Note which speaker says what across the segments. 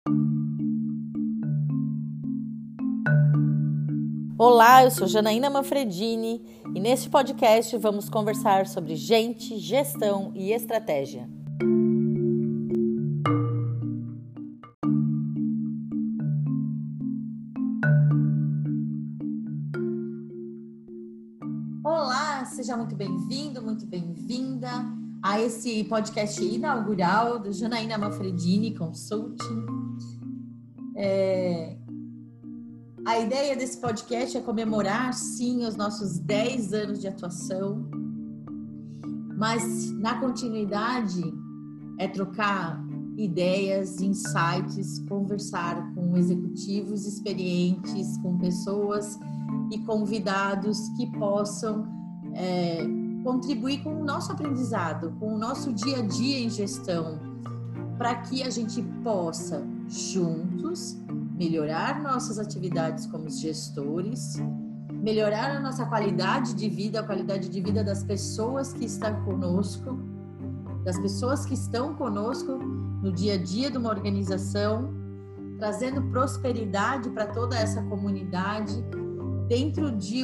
Speaker 1: Olá, eu sou Janaína Manfredini e neste podcast vamos conversar sobre gente, gestão e estratégia. Olá, seja muito bem-vindo, muito bem-vinda a esse podcast inaugural do Janaína Manfredini Consulting. A ideia desse podcast é comemorar, sim, os nossos 10 anos de atuação, mas na continuidade é trocar ideias, insights, conversar com executivos experientes, com pessoas e convidados que possam contribuir com o nosso aprendizado, com o nosso dia a dia em gestão, para que a gente possa, juntos, melhorar nossas atividades como gestores, melhorar a nossa qualidade de vida, a qualidade de vida das pessoas que estão conosco, das pessoas que estão conosco no dia a dia de uma organização, trazendo prosperidade para toda essa comunidade, dentro de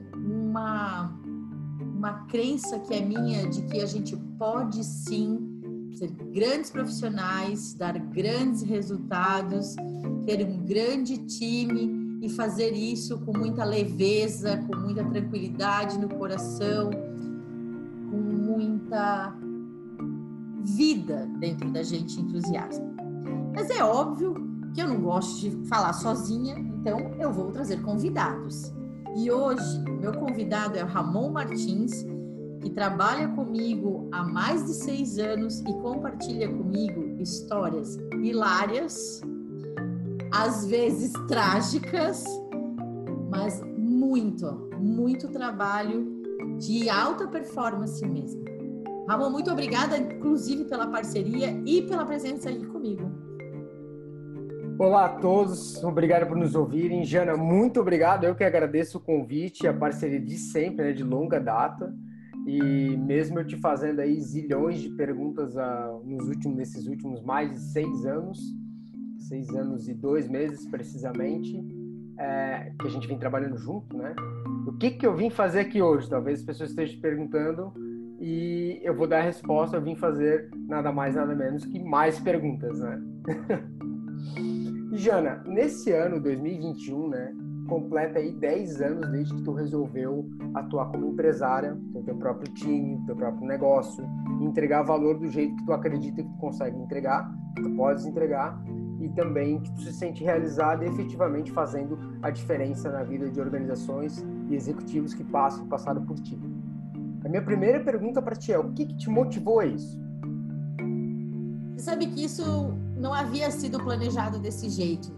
Speaker 1: uma crença que é minha de que a gente pode sim ser grandes profissionais, dar grandes resultados, ter um grande time e fazer isso com muita leveza, com muita tranquilidade no coração, com muita vida dentro da gente, entusiasmo. Mas é óbvio que eu não gosto de falar sozinha, então eu vou trazer convidados. E hoje, meu convidado é o Ramon Martins, que trabalha comigo há mais de 6 anos e compartilha comigo histórias hilárias, às vezes trágicas, mas muito trabalho de alta performance mesmo. Ramon, muito obrigada, inclusive, pela parceria e pela presença aqui comigo.
Speaker 2: Olá a todos, obrigado por nos ouvirem. Jana, muito obrigado, eu que agradeço o convite, a parceria de sempre, né, de longa data. E mesmo eu te fazendo aí zilhões de perguntas nesses últimos mais de 6 anos, 6 anos e 2 meses precisamente, que a gente vem trabalhando junto, né? O que eu vim fazer aqui hoje? Talvez as pessoas estejam te perguntando e eu vou dar a resposta. Eu vim fazer nada mais, nada menos que mais perguntas, né? Jana, nesse ano 2021, né, completa aí 10 anos desde que tu resolveu atuar como empresária, ter o teu próprio time, teu próprio negócio, entregar valor do jeito que tu acredita que tu consegue entregar, que tu podes entregar, e também que tu se sente realizada e efetivamente fazendo a diferença na vida de organizações e executivos que passaram por ti. A minha primeira pergunta para ti é: o que te motivou a isso?
Speaker 1: Você sabe que isso não havia sido planejado desse jeito.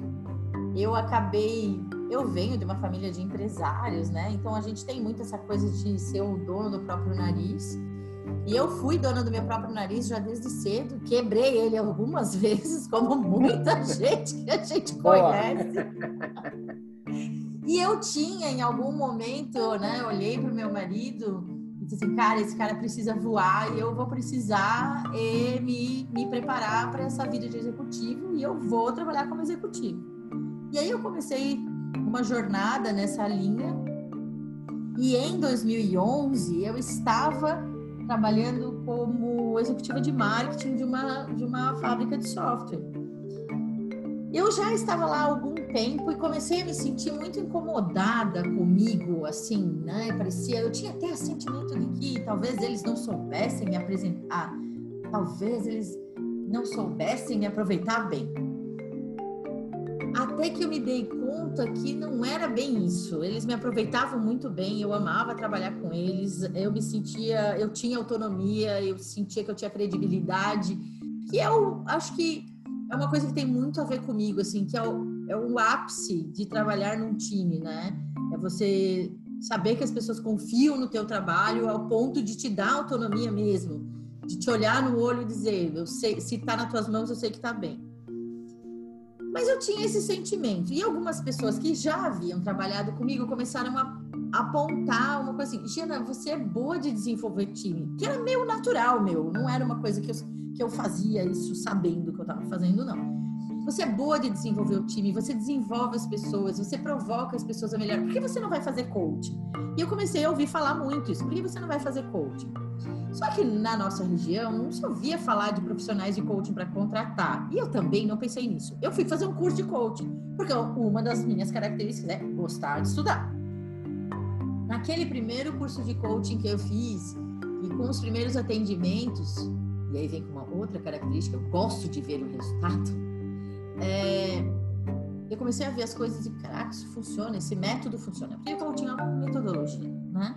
Speaker 1: Eu venho de uma família de empresários, né? Então a gente tem muito essa coisa de ser o dono do próprio nariz. E eu fui dona do meu próprio nariz já desde cedo. Quebrei ele algumas vezes, como muita gente que a gente conhece. E eu tinha, em algum momento, né? Olhei para o meu marido e disse assim: cara, esse cara precisa voar e eu vou precisar me preparar para essa vida de executivo e eu vou trabalhar como executivo. E aí eu comecei uma jornada nessa linha e em 2011 eu estava trabalhando como executiva de marketing de uma fábrica de software. Eu já estava lá há algum tempo e comecei a me sentir muito incomodada comigo, assim, né? Eu tinha até o sentimento de que talvez eles não soubessem me apresentar, talvez eles não soubessem me aproveitar bem. Até que eu me dei conta que não era bem isso. Eles me aproveitavam muito bem, eu amava trabalhar com eles, eu tinha autonomia, eu sentia que eu tinha credibilidade, que eu acho que é uma coisa que tem muito a ver comigo, assim, que é o ápice de trabalhar num time, né? É você saber que as pessoas confiam no teu trabalho ao ponto de te dar autonomia mesmo, de te olhar no olho e dizer: eu sei, se tá nas tuas mãos, eu sei que tá bem. Mas eu tinha esse sentimento. E algumas pessoas que já haviam trabalhado comigo começaram a apontar uma coisa assim: Jana, você é boa de desenvolver time. Que era meio natural, não era uma coisa que eu fazia isso sabendo que eu estava fazendo, não. você é boa de desenvolver o time, você desenvolve as pessoas, você provoca as pessoas a melhorar. Por que você não vai fazer coaching? E eu comecei a ouvir falar muito isso. Por que você não vai fazer coaching? Só que na nossa região não se ouvia falar de profissionais de coaching para contratar. E eu também não pensei nisso. Eu fui fazer um curso de coaching, porque uma das minhas características é gostar de estudar. Naquele primeiro curso de coaching que eu fiz, e com os primeiros atendimentos, e aí vem com uma outra característica, eu gosto de ver o resultado, eu comecei a ver as coisas e, caraca, isso funciona, esse método funciona. Porque o coaching é uma metodologia, né?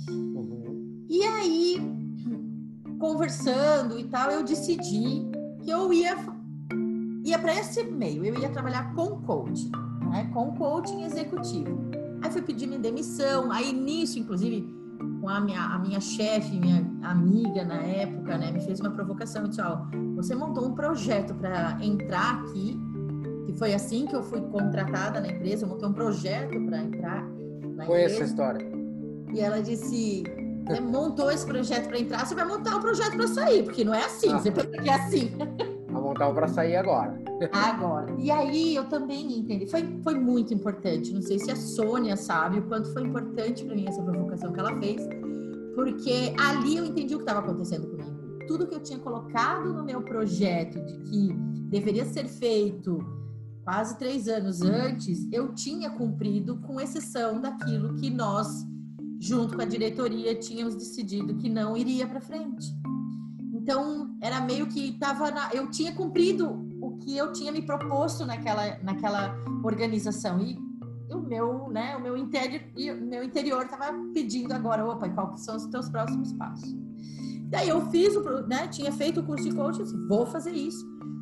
Speaker 1: E aí, conversando e tal, eu decidi que eu ia para esse meio, eu ia trabalhar com coaching, né? Com coaching executivo. Aí fui pedir minha demissão, aí nisso, inclusive, com a minha chefe, minha amiga na época, né, me fez uma provocação, disse, ó, você montou um projeto para entrar aqui, que foi assim que eu fui contratada na empresa, eu montei um projeto para entrar na empresa.
Speaker 2: Conheço a história.
Speaker 1: E ela disse, você montou esse projeto para entrar, você vai montar o projeto para sair, porque não é assim, você pensa que é assim.
Speaker 2: Vai montar para sair agora.
Speaker 1: Agora. E aí eu também entendi. Foi muito importante. Não sei se a Sônia sabe o quanto foi importante para mim essa provocação que ela fez, porque ali eu entendi o que estava acontecendo comigo. Tudo que eu tinha colocado no meu projeto de que deveria ser feito quase 3 anos antes, eu tinha cumprido, com exceção daquilo que nós, junto com a diretoria, tínhamos decidido que não iria para frente. Então, era meio que eu tinha cumprido o que eu tinha me proposto naquela organização. E o meu interior estava pedindo agora, opa, qual que são os teus próximos passos? Daí eu fiz, tinha feito o curso de coaching, disse, vou fazer isso.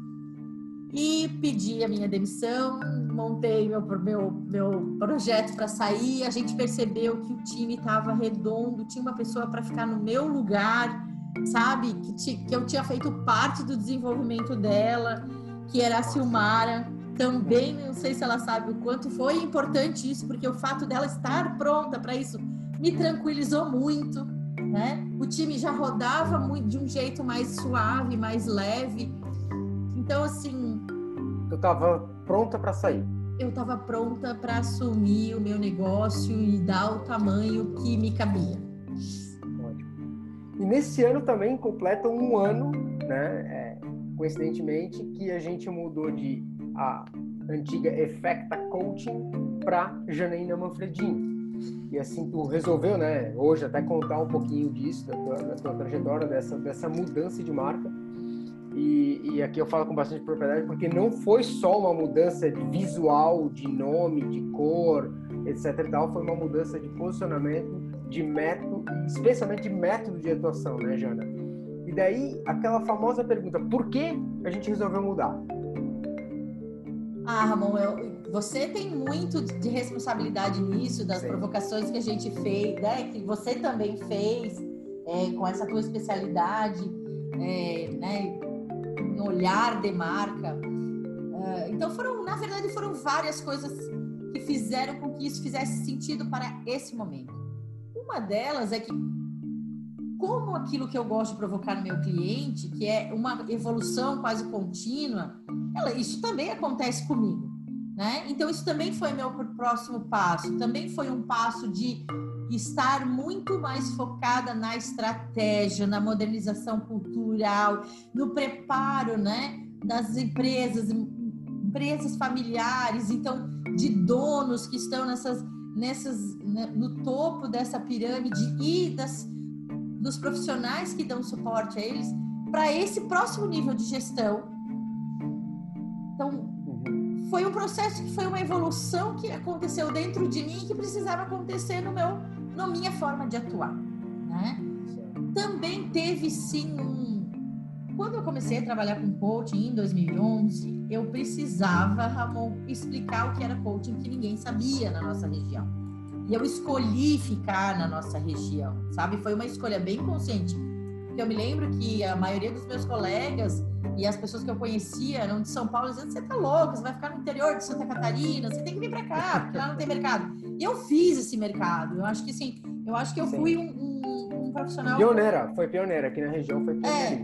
Speaker 1: E pedi a minha demissão, montei meu projeto para sair, a gente percebeu que o time estava redondo, tinha uma pessoa para ficar no meu lugar, sabe? Que eu tinha feito parte do desenvolvimento dela, que era a Silmara. Também, não sei se ela sabe o quanto foi importante isso, porque o fato dela estar pronta para isso me tranquilizou muito, né? O time já rodava muito, de um jeito mais suave, mais leve. Então, assim...
Speaker 2: Tu estava pronta para sair?
Speaker 1: Eu estava pronta para assumir o meu negócio e dar o tamanho que me cabia.
Speaker 2: Ótimo. E nesse ano também completa um ano, né? Coincidentemente, que a gente mudou de a antiga Effecta Coaching para Janaína Manfredini. E assim, tu resolveu, né, hoje até contar um pouquinho disso, da tua trajetória, dessa mudança de marca. E aqui eu falo com bastante propriedade, porque não foi só uma mudança de visual, de nome, de cor, etc e tal, foi uma mudança de posicionamento, de método, especialmente de método de atuação, né, Jana? E daí, aquela famosa pergunta, por que a gente resolveu mudar?
Speaker 1: Ramon, você tem muito de responsabilidade nisso, das
Speaker 2: Sim.
Speaker 1: Provocações que a gente fez, né? Que você também fez, com essa tua especialidade, né? Em olhar de marca. Então, na verdade, foram várias coisas que fizeram com que isso fizesse sentido para esse momento. Uma delas é que, como aquilo que eu gosto de provocar no meu cliente, que é uma evolução quase contínua, isso também acontece comigo, né? Então, isso também foi meu próximo passo. Também foi um passo de estar muito mais focada na estratégia, na modernização cultural, no preparo, né, das empresas familiares, então, de donos que estão no topo dessa pirâmide e dos profissionais que dão suporte a eles, para esse próximo nível de gestão. Então, foi um processo que foi uma evolução que aconteceu dentro de mim e que precisava acontecer na minha forma de atuar, né? Também teve, sim, Quando eu comecei a trabalhar com coaching em 2011, eu precisava, Ramon, explicar o que era coaching, que ninguém sabia na nossa região. E eu escolhi ficar na nossa região, sabe? Foi uma escolha bem consciente. Porque eu me lembro que a maioria dos meus colegas e as pessoas que eu conhecia eram de São Paulo, dizendo, você tá louco, você vai ficar no interior de Santa Catarina, você tem que vir para cá, porque lá não tem mercado. E eu fiz esse mercado. Eu acho que sim. Eu acho que eu fui um profissional...
Speaker 2: Foi pioneira. Aqui na região foi pioneira.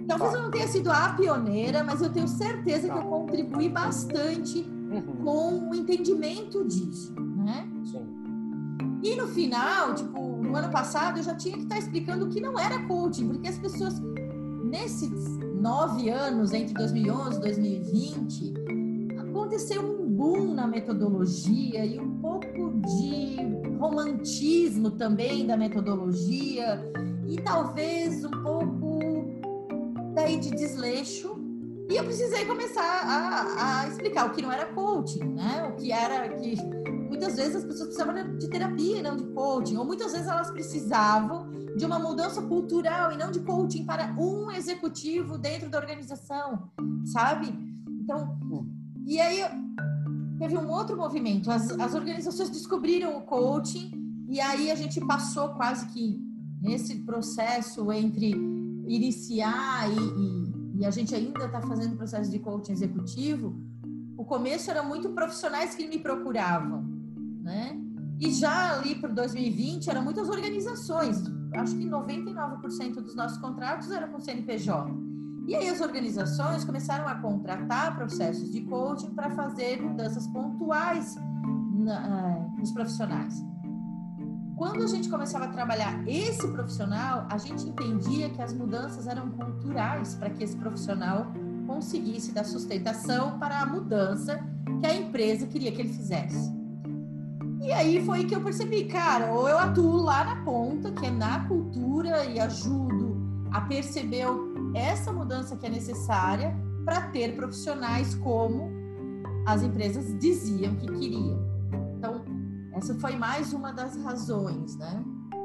Speaker 1: Talvez eu não tenha sido a pioneira, mas eu tenho certeza que eu contribuí bastante com o entendimento disso, né?
Speaker 2: Sim.
Speaker 1: E no final, tipo, no ano passado, eu já tinha que estar explicando o que não era coaching, porque as pessoas, nesses 9 anos, entre 2011 e 2020, aconteceu um boom na metodologia e um pouco de romantismo também da metodologia e talvez um pouco daí de desleixo. E eu precisei começar a explicar o que não era coaching, né? O que era que muitas vezes as pessoas precisavam de terapia e não de coaching, ou muitas vezes elas precisavam de uma mudança cultural e não de coaching para um executivo dentro da organização, sabe? Então, e aí teve um outro movimento, as organizações descobriram o coaching e aí a gente passou quase que nesse processo entre iniciar e a gente ainda está fazendo processo de coaching executivo. O começo era muito profissionais que me procuravam, né? E já ali para 2020 eram muitas organizações, acho que 99% dos nossos contratos eram com CNPJ. E aí as organizações começaram a contratar processos de coaching para fazer mudanças pontuais nos profissionais. Quando a gente começava a trabalhar esse profissional, a gente entendia que as mudanças eram culturais para que esse profissional conseguisse dar sustentação para a mudança que a empresa queria que ele fizesse. E aí foi que eu percebi, cara, ou eu atuo lá na ponta, que é na cultura, e ajudo a perceber essa mudança que é necessária para ter profissionais como as empresas diziam que queriam. Então, essa foi mais uma das razões, né?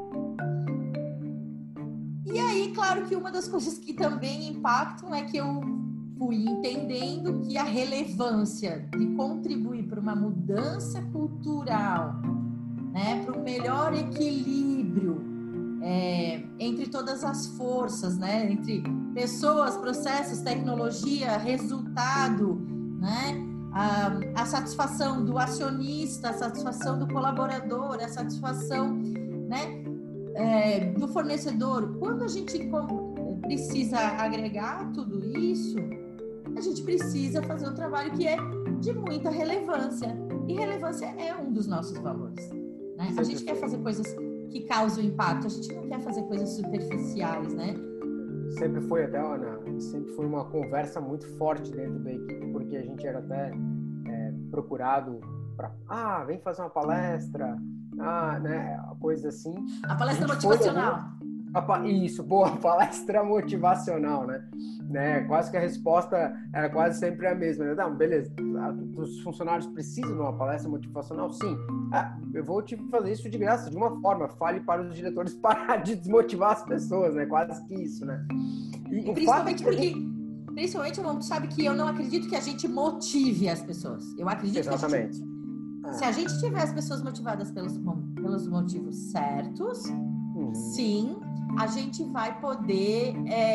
Speaker 1: E aí, claro que uma das coisas que também impactam é que eu fui entendendo que a relevância de contribuir para uma mudança cultural, né, para um melhor equilíbrio entre todas as forças, né, entre pessoas, processos, tecnologia, resultado, né, a satisfação do acionista, a satisfação do colaborador, a satisfação, né, do fornecedor. Quando a gente precisa agregar tudo isso, a gente precisa fazer um trabalho que é de muita relevância. E relevância é um dos nossos valores, né? A gente quer fazer coisas que causam impacto, a gente não quer fazer coisas superficiais, né?
Speaker 2: Sempre foi até, Ana, sempre foi uma conversa muito forte dentro da equipe, porque a gente era até procurado para, vem fazer uma palestra, né, coisa assim.
Speaker 1: A palestra motivacional.
Speaker 2: Isso, boa, palestra motivacional, né? Quase que a resposta era quase sempre a mesma, né? Não, beleza, os funcionários precisam de uma palestra motivacional? Sim. Eu vou te fazer isso de graça, de uma forma, fale para os diretores parar de desmotivar as pessoas, né? Quase que isso, né?
Speaker 1: E principalmente porque, principalmente, tu sabe que eu não acredito que a gente motive as pessoas. Eu acredito
Speaker 2: Exatamente.
Speaker 1: que se a gente tiver as pessoas motivadas pelos motivos certos, sim, a gente vai poder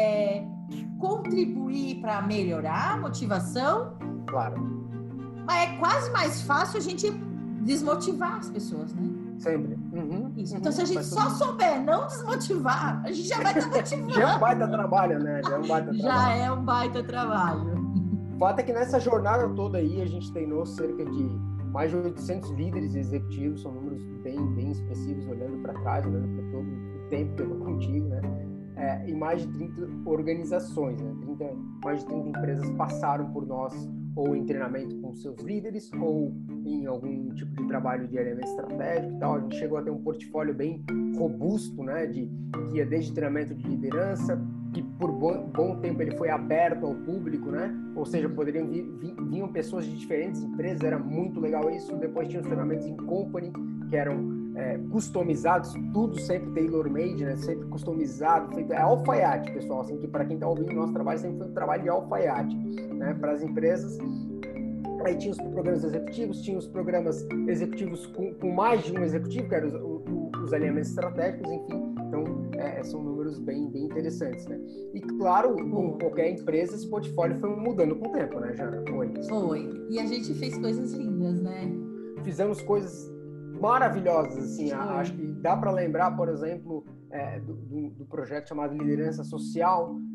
Speaker 1: contribuir para melhorar a motivação.
Speaker 2: Claro.
Speaker 1: Mas é quase mais fácil a gente desmotivar as pessoas, né?
Speaker 2: Sempre.
Speaker 1: Isso. Então, se a gente só souber não desmotivar, a gente já vai estar motivando.
Speaker 2: Já é um baita trabalho, né?
Speaker 1: Já é um baita trabalho.
Speaker 2: O fato é que nessa jornada toda aí, a gente treinou cerca de mais de 800 líderes executivos, são números bem expressivos, olhando para trás, olhando para todo o tempo que eu estou contigo, né? E mais de 30 organizações, né? Mais de 30 empresas passaram por nós, ou em treinamento com seus líderes, ou em algum tipo de trabalho de elemento estratégico e tal. A gente chegou a ter um portfólio bem robusto, né? Que ia desde treinamento de liderança, que por bom tempo ele foi aberto ao público, né? Ou seja, poderiam vinham pessoas de diferentes empresas, era muito legal isso. Depois tinha os treinamentos em company, que eram customizados, tudo sempre tailor-made, né? Sempre customizado, feito. É alfaiate, pessoal, assim, que para quem está ouvindo o nosso trabalho, sempre foi um trabalho de alfaiate, né? Para as empresas. Aí tinha os programas executivos, tinha os programas executivos com mais de um executivo, que eram os alinhamentos estratégicos, enfim. Então, são números bem interessantes, né? E, claro, como qualquer empresa, esse portfólio foi mudando com o tempo, né, Jana?
Speaker 1: Foi. E a gente fez coisas lindas, né?
Speaker 2: Fizemos coisas maravilhosas, assim. Acho que dá para lembrar, por exemplo, do projeto chamado Liderança Social,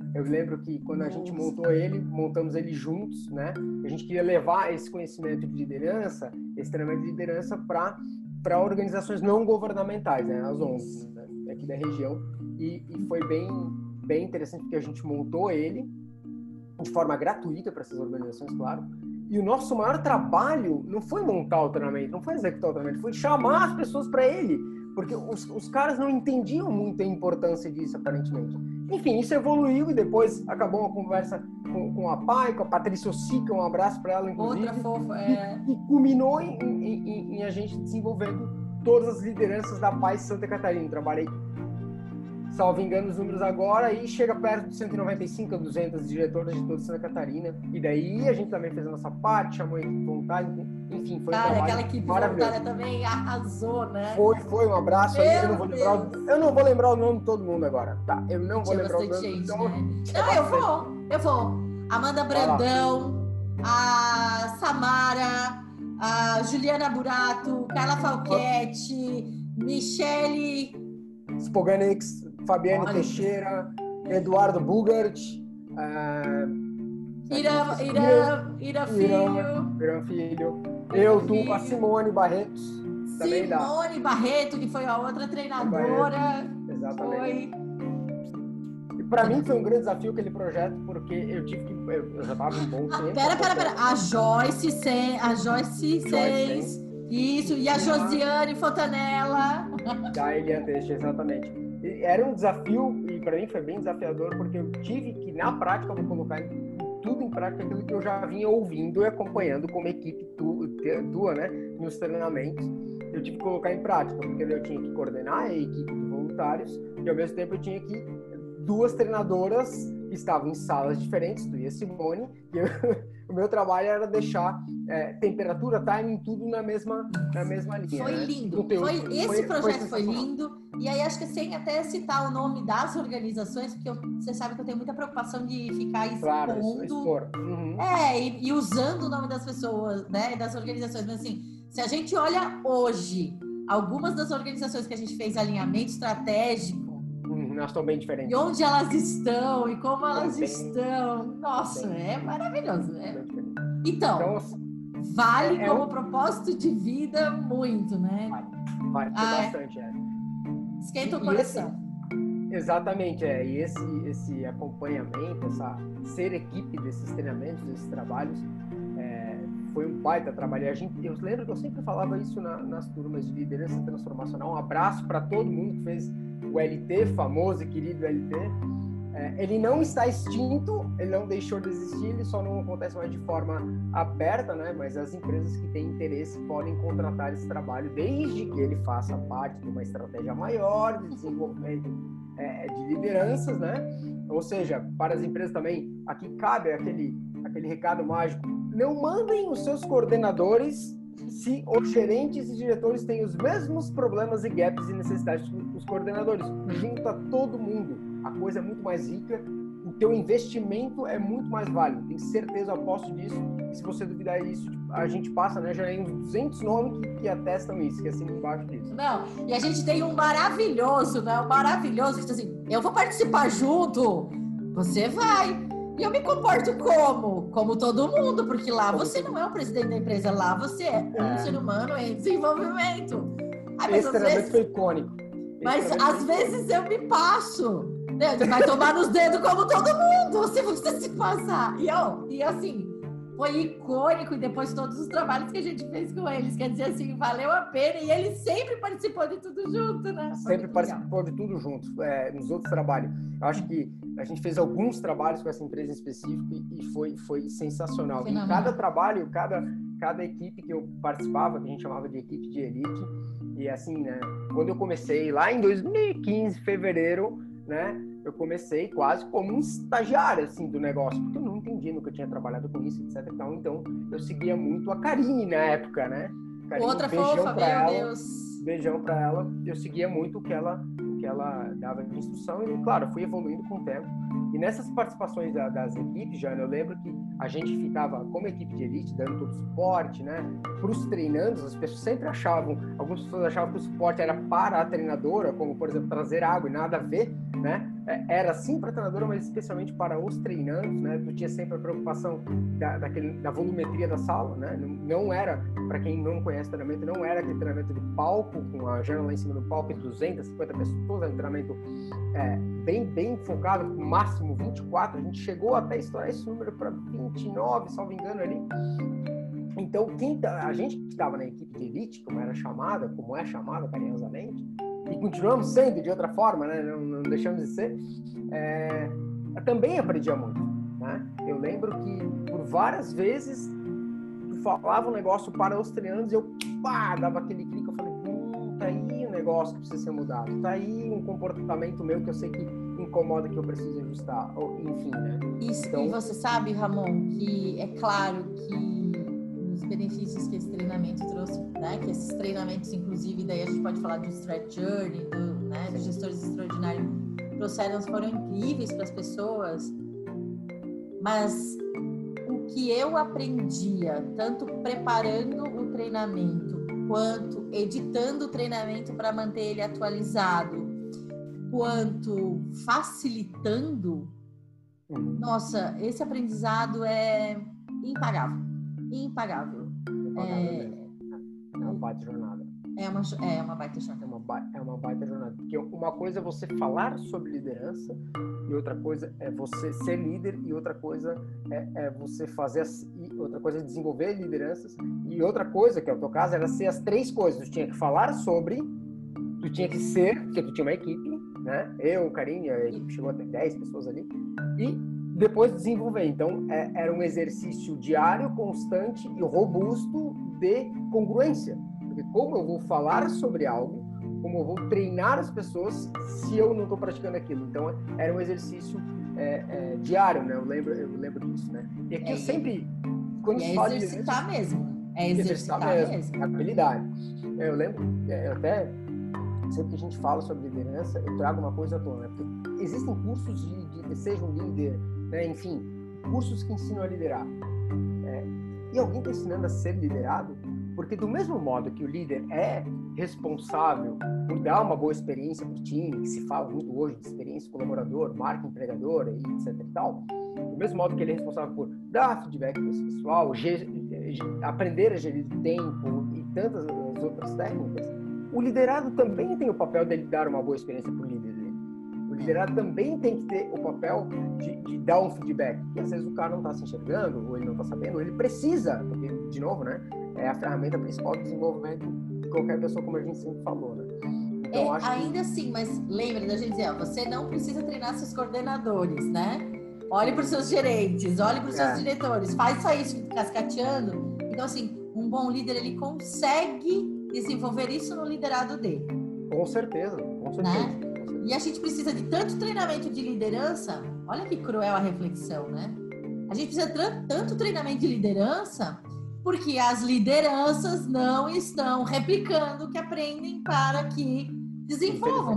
Speaker 2: Eu lembro que quando a gente montamos ele juntos, né? A gente queria levar esse conhecimento de liderança, esse treinamento de liderança para organizações não governamentais, né? As ONGs, né? Aqui da região. E foi bem interessante porque a gente montou ele de forma gratuita para essas organizações, claro. E o nosso maior trabalho não foi montar o treinamento, não foi executar o treinamento, foi chamar as pessoas para ele, porque os caras não entendiam muito a importância disso, aparentemente. Enfim, isso evoluiu e depois acabou uma conversa com a Pai, com a Patrícia Ossica, um abraço para ela, inclusive.
Speaker 1: Outra fofa,
Speaker 2: E culminou em a gente desenvolvendo todas as lideranças da Pai Santa Catarina. Trabalhei, salvo engano, os números agora, e chega perto de 195 a 200 diretoras de toda Santa Catarina. E daí a gente também fez a nossa parte, chamou a equipe voluntária, enfim, foi um trabalho
Speaker 1: aquela equipe voluntária também arrasou, né?
Speaker 2: Foi um abraço aí, eu não vou lembrar o nome de todo mundo agora, tá? Eu não vou lembrar o nome.
Speaker 1: Gente, então, né? Não, eu vou. Amanda Brandão, a Samara, a Juliana Burato, Carla Falchetti, Michele
Speaker 2: Spoganix, Fabiane Teixeira, Eduardo Bugart, Irã Filho, a Simone Barretos.
Speaker 1: Simone Barreto, que foi a outra treinadora.
Speaker 2: Exatamente. E para mim foi um grande desafio aquele projeto, porque eu tive que... Eu já estava um bom tempo.
Speaker 1: Pera. A Joyce Seis. Isso, e a Josiane Fontanella.
Speaker 2: Da Eliane Teixe, exatamente. E era um desafio, e para mim foi bem desafiador, porque eu tive que, na prática, vou colocar tudo em prática aquilo que eu já vinha ouvindo e acompanhando como equipe tua, né, nos treinamentos. Eu tive que colocar em prática, porque eu tinha que coordenar a equipe de voluntários e, ao mesmo tempo, eu tinha que duas treinadoras que estavam em salas diferentes, tu e a Simone, e o meu trabalho era deixar temperatura, timing, tudo na mesma linha.
Speaker 1: Foi lindo. Esse projeto foi lindo. E aí, acho que sem até citar o nome das organizações, porque você sabe que eu tenho muita preocupação de ficar expondo.
Speaker 2: Claro, expor. Uhum.
Speaker 1: E usando o nome das pessoas, né, das organizações. Mas assim, se a gente olha hoje, algumas das organizações que a gente fez alinhamento estratégico,
Speaker 2: nós estamos bem diferentes.
Speaker 1: E onde elas estão e como elas estão. Nossa, é maravilhoso, né? Então, vale como propósito de vida muito, né?
Speaker 2: Vale bastante,
Speaker 1: Esquenta o coração.
Speaker 2: Exatamente, e esse acompanhamento, ser equipe desses treinamentos, desses trabalhos, foi um baita trabalho. Eu lembro que eu sempre falava isso nas turmas de liderança transformacional. Um abraço para todo mundo que fez o LT, famoso e querido LT. Ele não está extinto, ele não deixou de existir, ele só não acontece mais de forma aberta, né? Mas as empresas que têm interesse podem contratar esse trabalho, desde que ele faça parte de uma estratégia maior de desenvolvimento de lideranças, né? Ou seja, para as empresas também, aqui cabe aquele recado mágico: não mandem os seus coordenadores se os gerentes e diretores têm os mesmos problemas e gaps e necessidades dos coordenadores. Junta todo mundo. A coisa é muito mais rica, o teu investimento é muito mais válido. Tenho certeza, eu aposto disso. E se você duvidar disso, a gente passa, né? Já tem uns 200 nomes que atestam isso, que é assim embaixo disso.
Speaker 1: Não, e a gente tem um maravilhoso, né? Um maravilhoso que diz assim: eu vou participar junto, você vai. E eu me comporto como todo mundo, porque lá você não é o presidente da empresa, lá você é um ser humano em desenvolvimento.
Speaker 2: Esse treinamento foi icônico.
Speaker 1: Mas às vezes eu me passo. Vai tomar nos dedos como todo mundo, se você se passar. E assim, foi icônico, e depois todos os trabalhos que a gente fez com eles. Quer dizer assim, valeu a pena, e ele sempre participou de tudo junto, né?
Speaker 2: Sempre participou de tudo junto, nos outros trabalhos. Eu acho que a gente fez alguns trabalhos com essa empresa em específico e foi sensacional. Em cada trabalho, cada equipe que eu participava, que a gente chamava de equipe de elite, e assim, né, quando eu comecei lá em 2015, fevereiro, né, eu comecei quase como um estagiário, assim, do negócio, porque eu não entendia, nunca tinha trabalhado com isso, etc. Então, eu seguia muito a Karine na época, né? Karine,
Speaker 1: outra fofa, meu Deus.
Speaker 2: Beijão pra ela. Eu seguia muito o que ela dava de instrução e, claro, eu fui evoluindo com o tempo. E nessas participações das equipes, Jana, eu lembro que a gente ficava, como equipe de elite, dando todo o suporte, né? Para os treinandos, as pessoas sempre algumas pessoas achavam que o suporte era para a treinadora, como, por exemplo, trazer água e nada a ver, né? era sim para a treinadora, mas especialmente para os treinandos, né? Tu tinha sempre a preocupação da volumetria da sala, né? Não era, para quem não conhece treinamento, não era aquele treinamento de palco, com a Jana lá em cima do palco e 250 pessoas, era um treinamento bem focado, no máximo 24, a gente chegou até estourar esse número para 29, salvo engano ali. Então, a gente que estava na equipe de elite, como é chamada carinhosamente, e continuamos sendo de outra forma, né? Não deixamos de ser, também aprendia muito, né? Eu lembro que por várias vezes tu falava um negócio para os treinandos e eu dava aquele clique, eu falei, tá aí um negócio que precisa ser mudado, tá aí um comportamento meu que eu sei que incomoda, que eu preciso ajustar, enfim, né?
Speaker 1: Isso, então... E você sabe, Ramon, que é claro que os benefícios que esse treinamento trouxe, né? Que esses treinamentos, inclusive, daí a gente pode falar do Stretch Journey, dos gestores extraordinários, foram incríveis para as pessoas, mas o que eu aprendia, tanto preparando o treinamento, quanto editando o treinamento para manter ele atualizado, quanto facilitando, nossa, esse aprendizado é impagável.
Speaker 2: Impagável mesmo. É uma baita jornada.
Speaker 1: É uma baita jornada.
Speaker 2: É uma baita jornada. Porque uma coisa é você falar sobre liderança, e outra coisa é você ser líder, e outra coisa é você fazer, e outra coisa é desenvolver lideranças, e outra coisa, que é o teu caso, era ser as três coisas. Tu tinha que falar sobre, tu tinha que ser, porque tu tinha uma equipe, né? Eu, Karine, a equipe chegou até 10 pessoas ali, e depois desenvolver. Então, era um exercício diário, constante e robusto de congruência. Porque como eu vou falar sobre algo, como eu vou treinar as pessoas se eu não estou praticando aquilo? Então, era um exercício diário, né? Eu lembro disso, né? E aqui eu sempre... Quando se fala
Speaker 1: exercitar
Speaker 2: de
Speaker 1: mesmo. É exercitar mesmo.
Speaker 2: Habilidade. Eu lembro, até... Sempre que a gente fala sobre liderança, eu trago uma coisa à tona, né? Porque existem cursos de seja um líder, né? Enfim, cursos que ensinam a liderar. E alguém está ensinando a ser liderado, porque do mesmo modo que o líder é responsável por dar uma boa experiência para o time, que se fala muito hoje de experiência colaborador, marca empregadora, e etc e tal, do mesmo modo que ele é responsável por dar feedback para esse pessoal, aprender a gerir o tempo e tantas outras técnicas, o liderado também tem o papel de dar uma boa experiência para o líder dele. O liderado também tem que ter o papel de dar um feedback. E às vezes o cara não está se enxergando, ou ele não está sabendo, ou ele precisa, porque, de novo, né, é a ferramenta principal do desenvolvimento de qualquer pessoa, como a gente sempre falou, né? Então,
Speaker 1: ainda assim, mas lembre da gente dizer, você não precisa treinar seus coordenadores, né? Olhe para os seus gerentes, olhe para os seus diretores, faz só isso cascateando. Então, assim, um bom líder, ele consegue desenvolver isso no liderado dele.
Speaker 2: Com certeza.
Speaker 1: Né? E a gente precisa de tanto treinamento de liderança, olha que cruel a reflexão, né? A gente precisa de tanto treinamento de liderança porque as lideranças não estão replicando o que aprendem para que desenvolvam.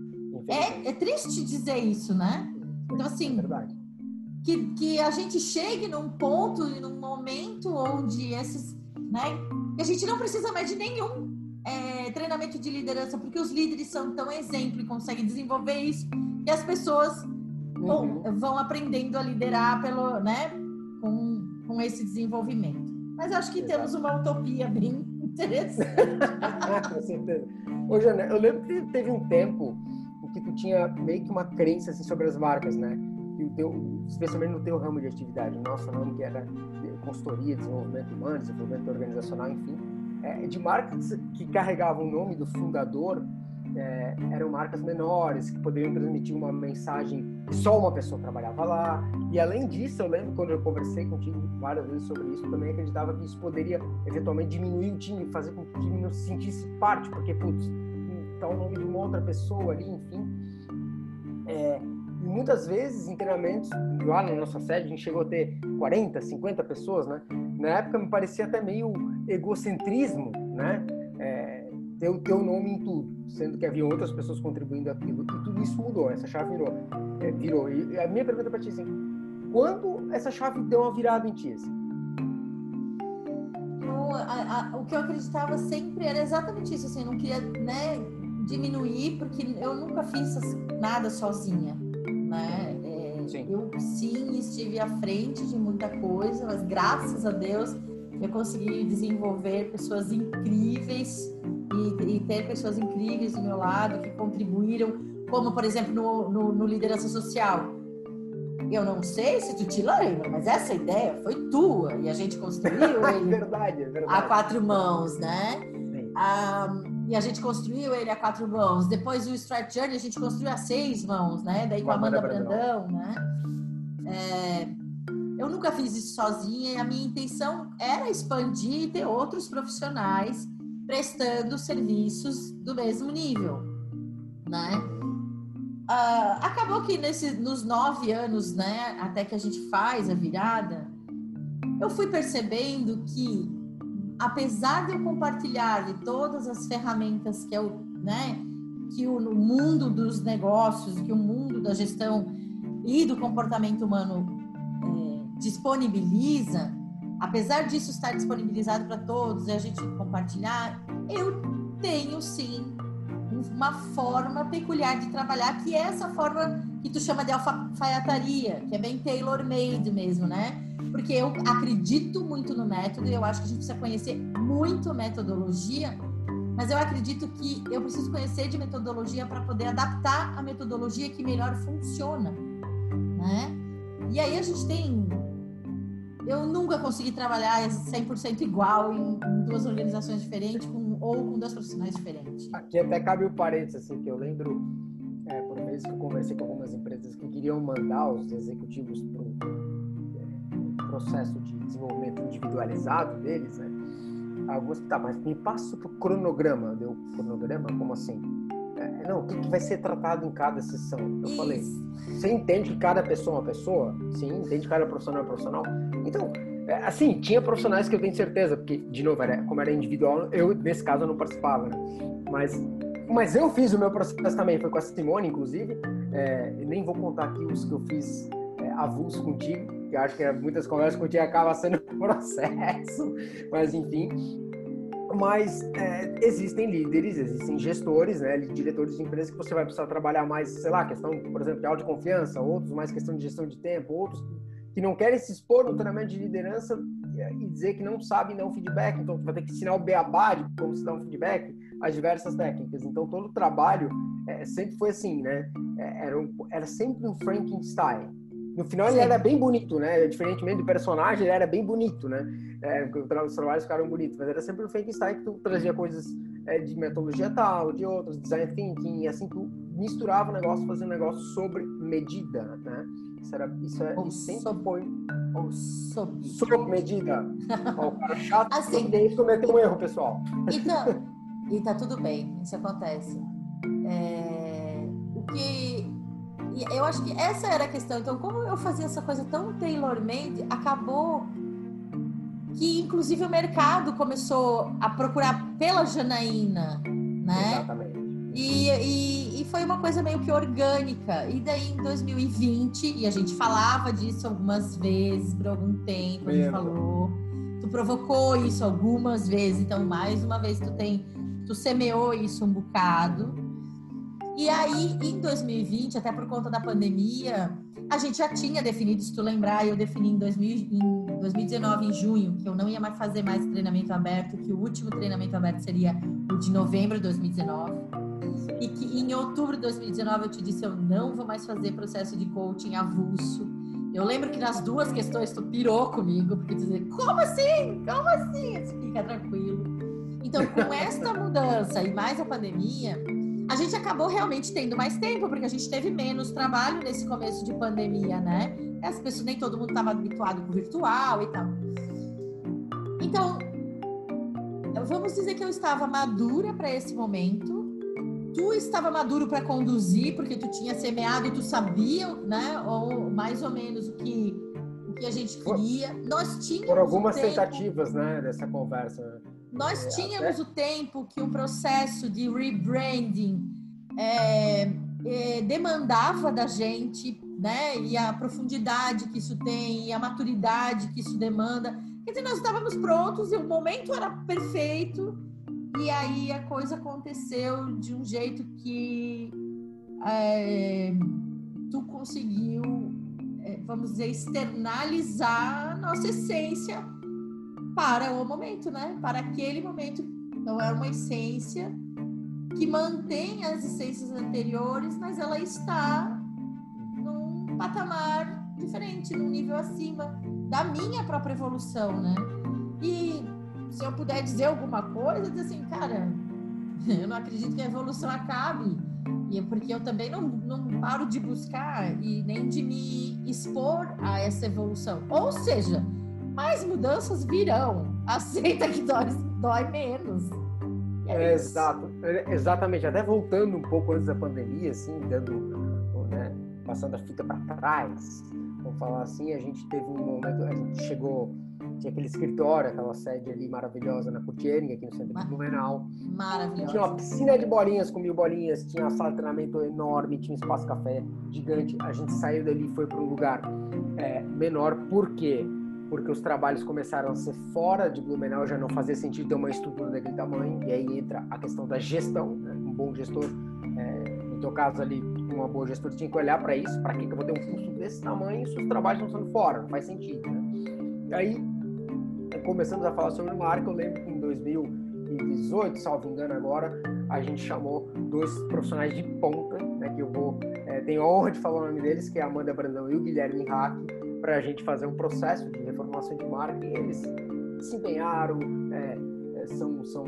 Speaker 1: É triste dizer isso, né? Então, assim,
Speaker 2: é verdade.
Speaker 1: Que a gente chegue num ponto, num momento onde esses, né? Que a gente não precisa mais de nenhum treinamento de liderança, porque os líderes são tão exemplo e conseguem desenvolver isso, e as pessoas vão aprendendo a liderar com esse desenvolvimento. Mas acho que temos uma utopia bem interessante.
Speaker 2: Com certeza. Ô, Jana, eu lembro que teve um tempo em que tu tinha meio que uma crença assim, sobre as marcas, né? Especialmente no teu ramo de atividade, no nosso ramo que era consultoria, desenvolvimento humano, desenvolvimento organizacional, enfim, de marcas que carregavam o nome do fundador, eram marcas menores, que poderiam transmitir uma mensagem que só uma pessoa trabalhava lá. E além disso, eu lembro quando eu conversei contigo várias vezes sobre isso, eu também acreditava que isso poderia eventualmente diminuir o time, fazer com que o time não se sentisse parte, porque, putz, tá o nome de uma outra pessoa ali, enfim. E muitas vezes, em treinamentos, lá na nossa sede, a gente chegou a ter 40, 50 pessoas, né? Na época me parecia até meio egocentrismo, né? Ter o teu nome em tudo, sendo que havia outras pessoas contribuindo aquilo. E tudo isso mudou, essa chave virou. E a minha pergunta para ti é assim, quando essa chave deu uma virada em ti? Assim?
Speaker 1: O que eu acreditava sempre era exatamente isso, assim, eu não queria, né, diminuir, porque eu nunca fiz nada sozinha. né?
Speaker 2: Sim.
Speaker 1: Eu sim estive à frente de muita coisa, mas graças a Deus eu consegui desenvolver pessoas incríveis e ter pessoas incríveis do meu lado que contribuíram, como por exemplo no Liderança Social. Eu não sei se tu te lembra, mas essa ideia foi tua e a gente construiu ele
Speaker 2: verdade.
Speaker 1: a 4 mãos, né?
Speaker 2: Sim.
Speaker 1: E a gente construiu ele a 4 mãos. Depois o Strat Journey a gente construiu a 6 mãos, né? Daí com a Amanda Brandão, né? Eu nunca fiz isso sozinha e a minha intenção era expandir e ter outros profissionais prestando serviços do mesmo nível, né? Acabou que nos 9 anos, né, até que a gente faz a virada, eu fui percebendo que, apesar de eu compartilhar de todas as ferramentas que que o mundo dos negócios, que o mundo da gestão e do comportamento humano disponibiliza, apesar disso estar disponibilizado para todos e a gente compartilhar, eu tenho sim uma forma peculiar de trabalhar, que é essa forma que tu chama de alfaiataria, que é bem tailor-made mesmo, né? Porque eu acredito muito no método e eu acho que a gente precisa conhecer muito metodologia, mas eu acredito que eu preciso conhecer de metodologia para poder adaptar a metodologia que melhor funciona, né? E aí a gente tem... Eu nunca consegui trabalhar 100% igual em 2 organizações diferentes ou com 2 profissionais diferentes.
Speaker 2: Aqui até cabe o parênteses, assim, que eu lembro, por vezes que eu conversei com algumas empresas que queriam mandar os executivos para o processo de desenvolvimento individualizado deles, né? Alguns, tá, mas me passa o cronograma. Deu cronograma? Como assim? Não, o que vai ser tratado em cada sessão? Eu falei, você entende que cada pessoa é uma pessoa? Sim, entende que cada profissional é um profissional? Então, assim, tinha profissionais que eu tenho certeza, porque, de novo, como era individual, eu, nesse caso, eu não participava, né? Mas eu fiz o meu processo também, foi com a Simone, inclusive. Nem vou contar aqui os que eu fiz avulso contigo, que eu acho que muitas conversas contigo acabam sendo processo, mas enfim. Mas existem líderes, existem gestores, né, diretores de empresas que você vai precisar trabalhar mais, sei lá, questão, por exemplo, de autoconfiança, outros mais questão de gestão de tempo, outros que não querem se expor no treinamento de liderança e dizer que não sabem dar um feedback, então tu vai ter que ensinar o beabá de como se dá um feedback, as diversas técnicas. Então todo o trabalho sempre foi assim, né, era sempre um Frankenstein. No final ele era bem bonito, né? Diferentemente do personagem, ele era bem bonito, né? Os trabalhos ficaram bonitos, mas era sempre o Frankenstein que tu trazia coisas de metodologia tal, de outros, design thinking, e assim tu misturava o negócio, fazia um negócio sobre medida, né? Isso sempre foi sob medida. O cara chato, assim, tem que cometer um erro, pessoal.
Speaker 1: E tá tudo bem, isso acontece. Eu acho que essa era a questão. Então, como eu fazia essa coisa tão tailor-made, acabou que, inclusive, o mercado começou a procurar pela Janaína, né?
Speaker 2: Exatamente.
Speaker 1: E foi uma coisa meio que orgânica. E daí, em 2020, e a gente falava disso algumas vezes, por algum tempo, a gente falou. Tu provocou isso algumas vezes, então, mais uma vez, tu semeou isso um bocado. E aí, em 2020, até por conta da pandemia, a gente já tinha definido, se tu lembrar, eu defini em 2019, em junho, que eu não ia mais fazer mais treinamento aberto, que o último treinamento aberto seria o de novembro de 2019. E que em outubro de 2019 eu te disse, eu não vou mais fazer processo de coaching avulso. Eu lembro que nas 2 questões tu pirou comigo, porque tu dizia, como assim? Como assim? Fica tranquilo. Então, com esta mudança e mais a pandemia, a gente acabou realmente tendo mais tempo, porque a gente teve menos trabalho nesse começo de pandemia, né? As pessoas, nem todo mundo estava habituado com o virtual e tal. Então, vamos dizer que eu estava madura para esse momento. Tu estava maduro para conduzir, porque tu tinha semeado, tu sabia, né? Ou mais ou menos o que a gente queria. Nós tínhamos
Speaker 2: por algumas tentativas, né, dessa conversa.
Speaker 1: Nós tínhamos o tempo que o processo de rebranding demandava da gente, né? E a profundidade que isso tem, e a maturidade que isso demanda. Quer dizer, nós estávamos prontos e o momento era perfeito. E aí a coisa aconteceu de um jeito que tu conseguiu, vamos dizer, externalizar a nossa essência para o momento, né? Para aquele momento. Então, é uma essência que mantém as essências anteriores, mas ela está num patamar diferente, num nível acima da minha própria evolução, né? E se eu puder dizer alguma coisa, dizer assim, cara, eu não acredito que a evolução acabe, porque eu também não paro de buscar e nem de me expor a essa evolução. Ou seja, mais mudanças virão. Aceita que dói menos.
Speaker 2: Exato, exatamente. Até voltando um pouco antes da pandemia, assim, passando a fita para trás, vamos falar assim, a gente teve um momento, a gente chegou, tinha aquele escritório, aquela sede ali maravilhosa na Coutiering, aqui no centro de Blumenau.
Speaker 1: Maravilhosa.
Speaker 2: Tinha uma piscina de bolinhas com 1000 bolinhas, tinha uma sala de treinamento enorme, tinha um espaço café gigante. A gente saiu dali e foi para um lugar menor. Por quê? Porque os trabalhos começaram a ser fora de Blumenau, já não fazia sentido ter uma estrutura daquele tamanho, e aí entra a questão da gestão, né? Um bom gestor, no teu caso ali, uma boa gestora tinha que olhar para isso, para que eu vou ter um custo desse tamanho se os trabalhos não sendo fora, não faz sentido, né? E aí, começamos a falar sobre marca. Eu lembro que em 2018, salvo engano agora, a gente chamou 2 profissionais de ponta, né, que eu tenho a honra de falar o nome deles, que é a Amanda Brandão e o Guilherme Hack, para a gente fazer um processo de reformulação de marca, e eles se empenharam, são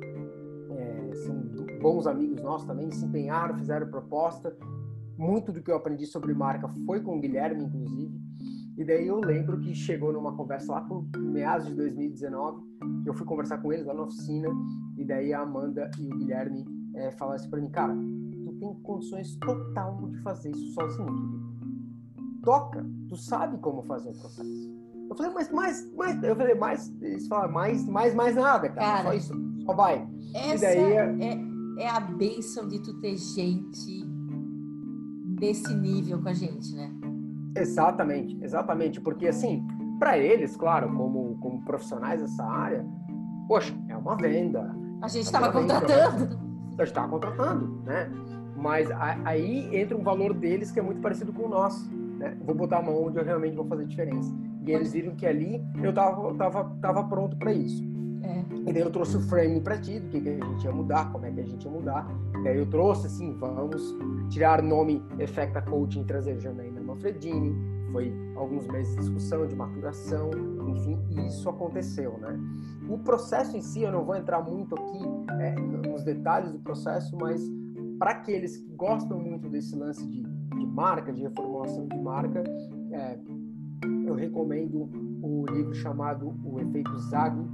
Speaker 2: bons amigos nossos também, se empenharam, fizeram proposta. Muito do que eu aprendi sobre marca foi com o Guilherme, inclusive. E daí eu lembro que chegou numa conversa lá por meados de 2019, eu fui conversar com eles lá na oficina, e daí a Amanda e o Guilherme falaram assim para mim, cara, tu tem condições total de fazer isso sozinho, querido. Toca, tu sabe como fazer o processo. Eu falei, eles falaram, mais nada, cara, só isso, só vai.
Speaker 1: Essa
Speaker 2: e daí
Speaker 1: é a bênção de tu ter gente desse nível com a gente, né?
Speaker 2: Exatamente, porque assim, para eles, claro, como profissionais dessa área, poxa, é uma venda.
Speaker 1: A gente estava contratando.
Speaker 2: A gente estava contratando, né? Mas aí entra um valor deles que é muito parecido com o nosso, né? Vou botar a mão onde eu realmente vou fazer diferença. E eles viram que ali eu tava pronto para isso. E daí eu trouxe o frame para ti, do que a gente ia mudar, como é que a gente ia mudar. E aí eu trouxe, assim, vamos tirar nome Effecta Coaching e trazer Janaína Manfredini. Foi alguns meses de discussão, de maturação, enfim, e isso aconteceu, né? O processo em si, eu não vou entrar muito aqui nos detalhes do processo, mas para aqueles que gostam muito desse lance de marca, de reformulação de marca, eu recomendo o livro chamado O Efeito Zaghi.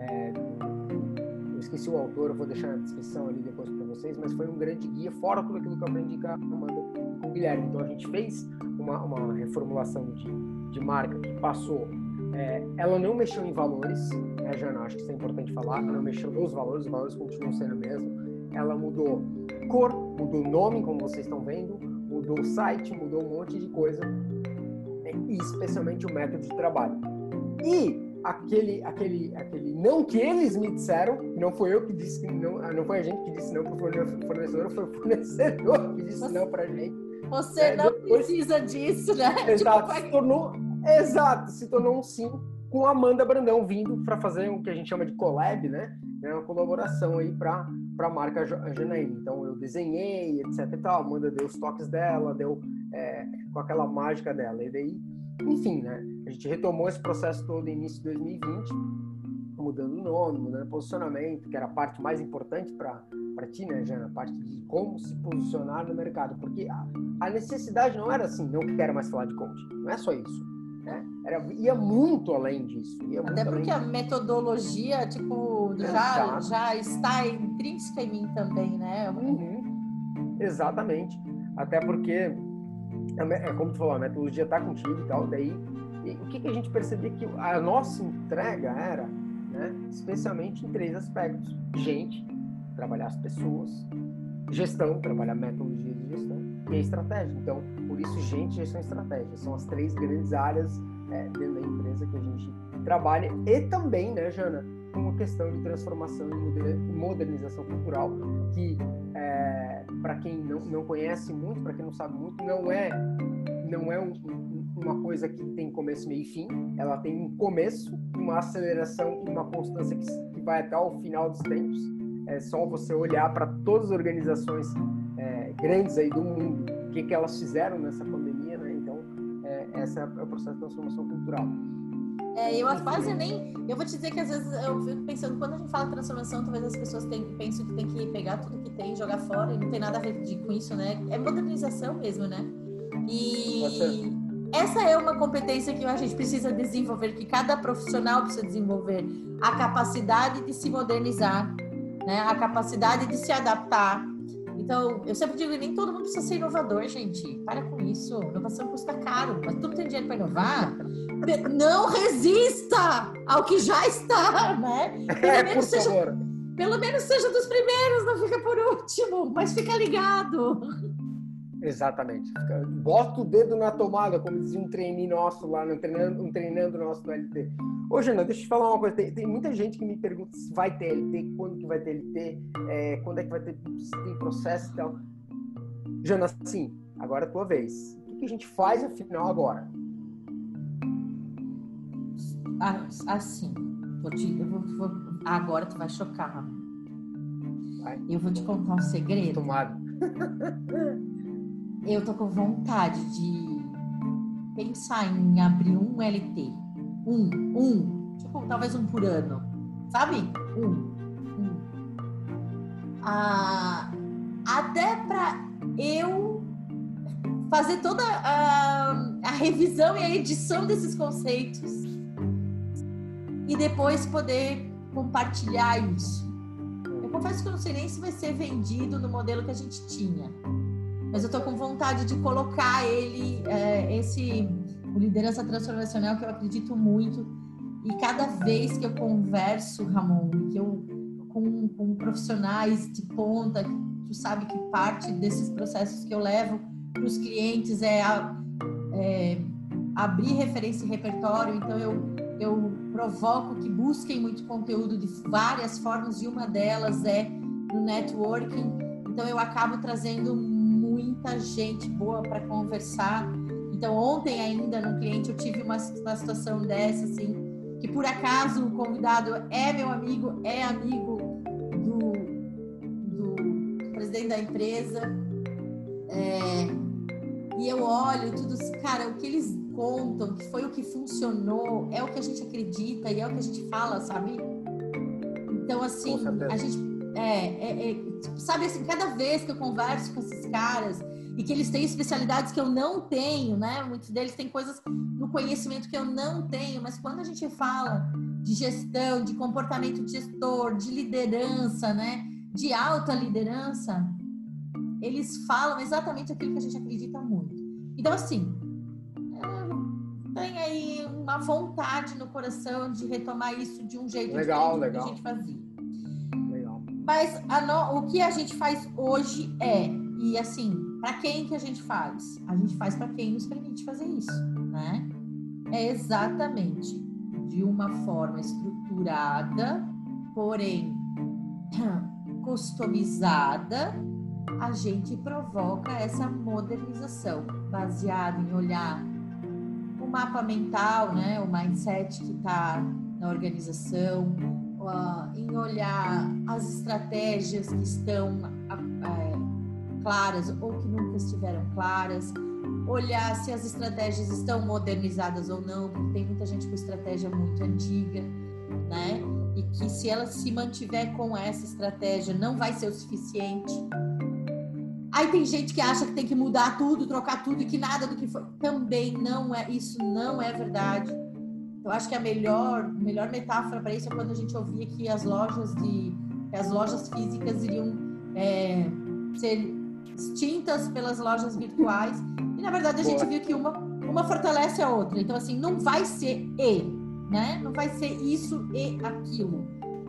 Speaker 2: Eu esqueci o autor, eu vou deixar na descrição ali depois para vocês, mas foi um grande guia, fora tudo aquilo que eu aprendi com a Amanda e com o Guilherme. Então a gente fez uma reformulação de marca que passou, ela não mexeu em valores, né, Jana? Acho que isso é importante falar, ela não mexeu nos valores, os valores continuam sendo o mesmo. Ela mudou cor, mudou nome, como vocês estão vendo, mudou o site, mudou um monte de coisa, e especialmente o método de trabalho. E aquele não que eles me disseram, não foi eu que disse, não foi a gente que disse não para o fornecedor, foi o fornecedor que disse não para a gente.
Speaker 1: Você não precisa disso, né?
Speaker 2: Exato, se tornou um sim, com a Amanda Brandão vindo para fazer o que a gente chama de collab, né? Uma colaboração aí para a marca Janaína. Então eu desenhei, etc e tal, a Amanda deu os toques dela, deu com aquela mágica dela. E daí, enfim, né? A gente retomou esse processo todo no início de 2020, mudando o nome, mudando o posicionamento, que era a parte mais importante para ti, né, Jana? A parte de como se posicionar no mercado. Porque a necessidade não era assim, não quero mais falar de coaching. Não é só isso. Né? Ia muito além disso.
Speaker 1: Até porque a metodologia, tipo, já está intrínseca em mim também, né?
Speaker 2: Exatamente. Até porque, como tu falou, a metodologia está contigo e tal, daí o que a gente percebia que a nossa entrega era, né, especialmente em 3 aspectos: gente, trabalhar as pessoas; gestão, trabalhar metodologia de gestão; e a estratégia. Então, por isso, gente, gestão e estratégia são as 3 grandes áreas dentro da empresa que a gente trabalha. E também, né, Jana, com uma questão de transformação e modernização cultural, que para quem não conhece muito, para quem não sabe muito, não é uma coisa que tem começo, meio e fim. Ela tem um começo, uma aceleração e uma constância que vai até o final dos tempos. É só você olhar para todas as organizações grandes aí do mundo, o que elas fizeram nessa pandemia, né? Então, esse é o processo de transformação cultural.
Speaker 1: Eu vou te dizer que às vezes eu fico pensando, quando a gente fala transformação, talvez as pessoas pensam que tem que pegar tudo que tem e jogar fora, e não tem nada a ver com isso, né? É modernização mesmo, né? E essa é uma competência que a gente precisa desenvolver, que cada profissional precisa desenvolver, a capacidade de se modernizar, né? A capacidade de se adaptar. Então, eu sempre digo que nem todo mundo precisa ser inovador, gente. Para com isso. Inovação custa caro, mas tu não tem dinheiro para inovar. Não resista ao que já está, né? Pelo menos seja dos primeiros, não fica por último, mas fica ligado.
Speaker 2: Exatamente. Bota o dedo na tomada, como dizia um trainee nosso lá, um treinando nosso no LT. Ô, Jana, deixa eu te falar uma coisa. Tem muita gente que me pergunta se vai ter LT, quando que vai ter LT, quando é que vai ter, se tem processo e tal. Jana, sim, agora é a tua vez. O que a gente faz, afinal, agora?
Speaker 1: Assim, agora tu vai chocar. Eu vou te contar um segredo.
Speaker 2: Tomado.
Speaker 1: Eu tô com vontade de pensar em abrir um LT. Tipo, talvez um por ano. Sabe? Até pra eu fazer toda a revisão e a edição desses conceitos e depois poder compartilhar isso. Eu confesso que eu não sei nem se vai ser vendido no modelo que a gente tinha. Mas eu tô com vontade de colocar ele, o liderança transformacional, que eu acredito muito. E cada vez que eu converso, Ramon, com profissionais de ponta, tu sabe que parte desses processos que eu levo para os clientes é abrir referência e repertório. Então, eu provoco que busquem muito conteúdo de várias formas, e uma delas é no networking. Então, eu acabo trazendo muita gente boa para conversar. Então, ontem ainda, no cliente, eu tive uma situação dessa, assim, que por acaso o convidado é meu amigo, é amigo do presidente da empresa, e eu olho tudo, cara, o que eles contam, que foi o que funcionou, é o que a gente acredita e é o que a gente fala, sabe? Então, assim, a gente sabe, assim, cada vez que eu converso com esses caras e que eles têm especialidades que eu não tenho, né? Muitos deles têm coisas no conhecimento que eu não tenho, mas quando a gente fala de gestão, de comportamento de gestor, de liderança, né? De alta liderança, eles falam exatamente aquilo que a gente acredita muito. Então, assim, tem aí uma vontade no coração de retomar isso de um jeito diferente do que a gente fazia.
Speaker 2: Legal.
Speaker 1: Mas o que a gente faz hoje e assim, para quem que a gente faz? A gente faz para quem nos permite fazer isso, né? É exatamente de uma forma estruturada, porém customizada, a gente provoca essa modernização, baseado em olhar o mapa mental, né? O mindset que está na organização, em olhar as estratégias que estão claras ou que nunca estiveram claras, olhar se as estratégias estão modernizadas ou não, porque tem muita gente com estratégia muito antiga, né? E que se ela se mantiver com essa estratégia não vai ser o suficiente. Aí tem gente que acha que tem que mudar tudo, trocar tudo e que nada do que foi. Também não é, isso não é verdade. Eu acho que a melhor metáfora para isso é quando a gente ouvia que as lojas físicas iriam ser extintas pelas lojas virtuais. E, na verdade, a gente viu que uma fortalece a outra. Então, assim, não vai ser né? Não vai ser isso e aquilo.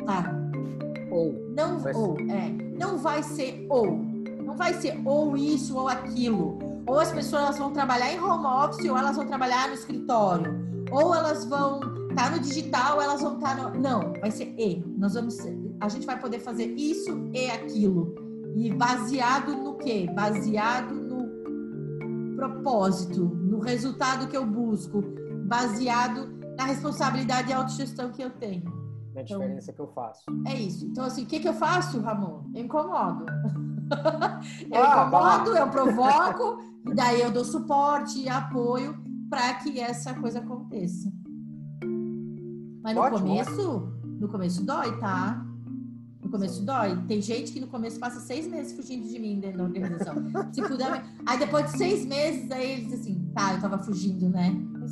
Speaker 1: Não vai ser Não vai ser ou isso ou aquilo. Ou as pessoas vão trabalhar em home office ou elas vão trabalhar no escritório. Ou elas vão tá no digital, elas vão estar no... Não, vai ser e. A gente vai poder fazer isso e aquilo. E baseado no quê? Baseado no propósito, no resultado que eu busco, baseado na responsabilidade e autogestão que eu tenho.
Speaker 2: Na diferença que eu faço.
Speaker 1: É isso. Então, assim, o que eu faço, Ramon? Eu incomodo. Eu incomodo, eu provoco, e daí eu dou suporte e apoio para que essa coisa aconteça. Mas no começo dói, tá? No começo dói. Tem gente que no começo passa 6 meses fugindo de mim dentro da organização. Se puder... Aí depois de 6 meses, aí ele diz assim, tá, eu tava fugindo, né?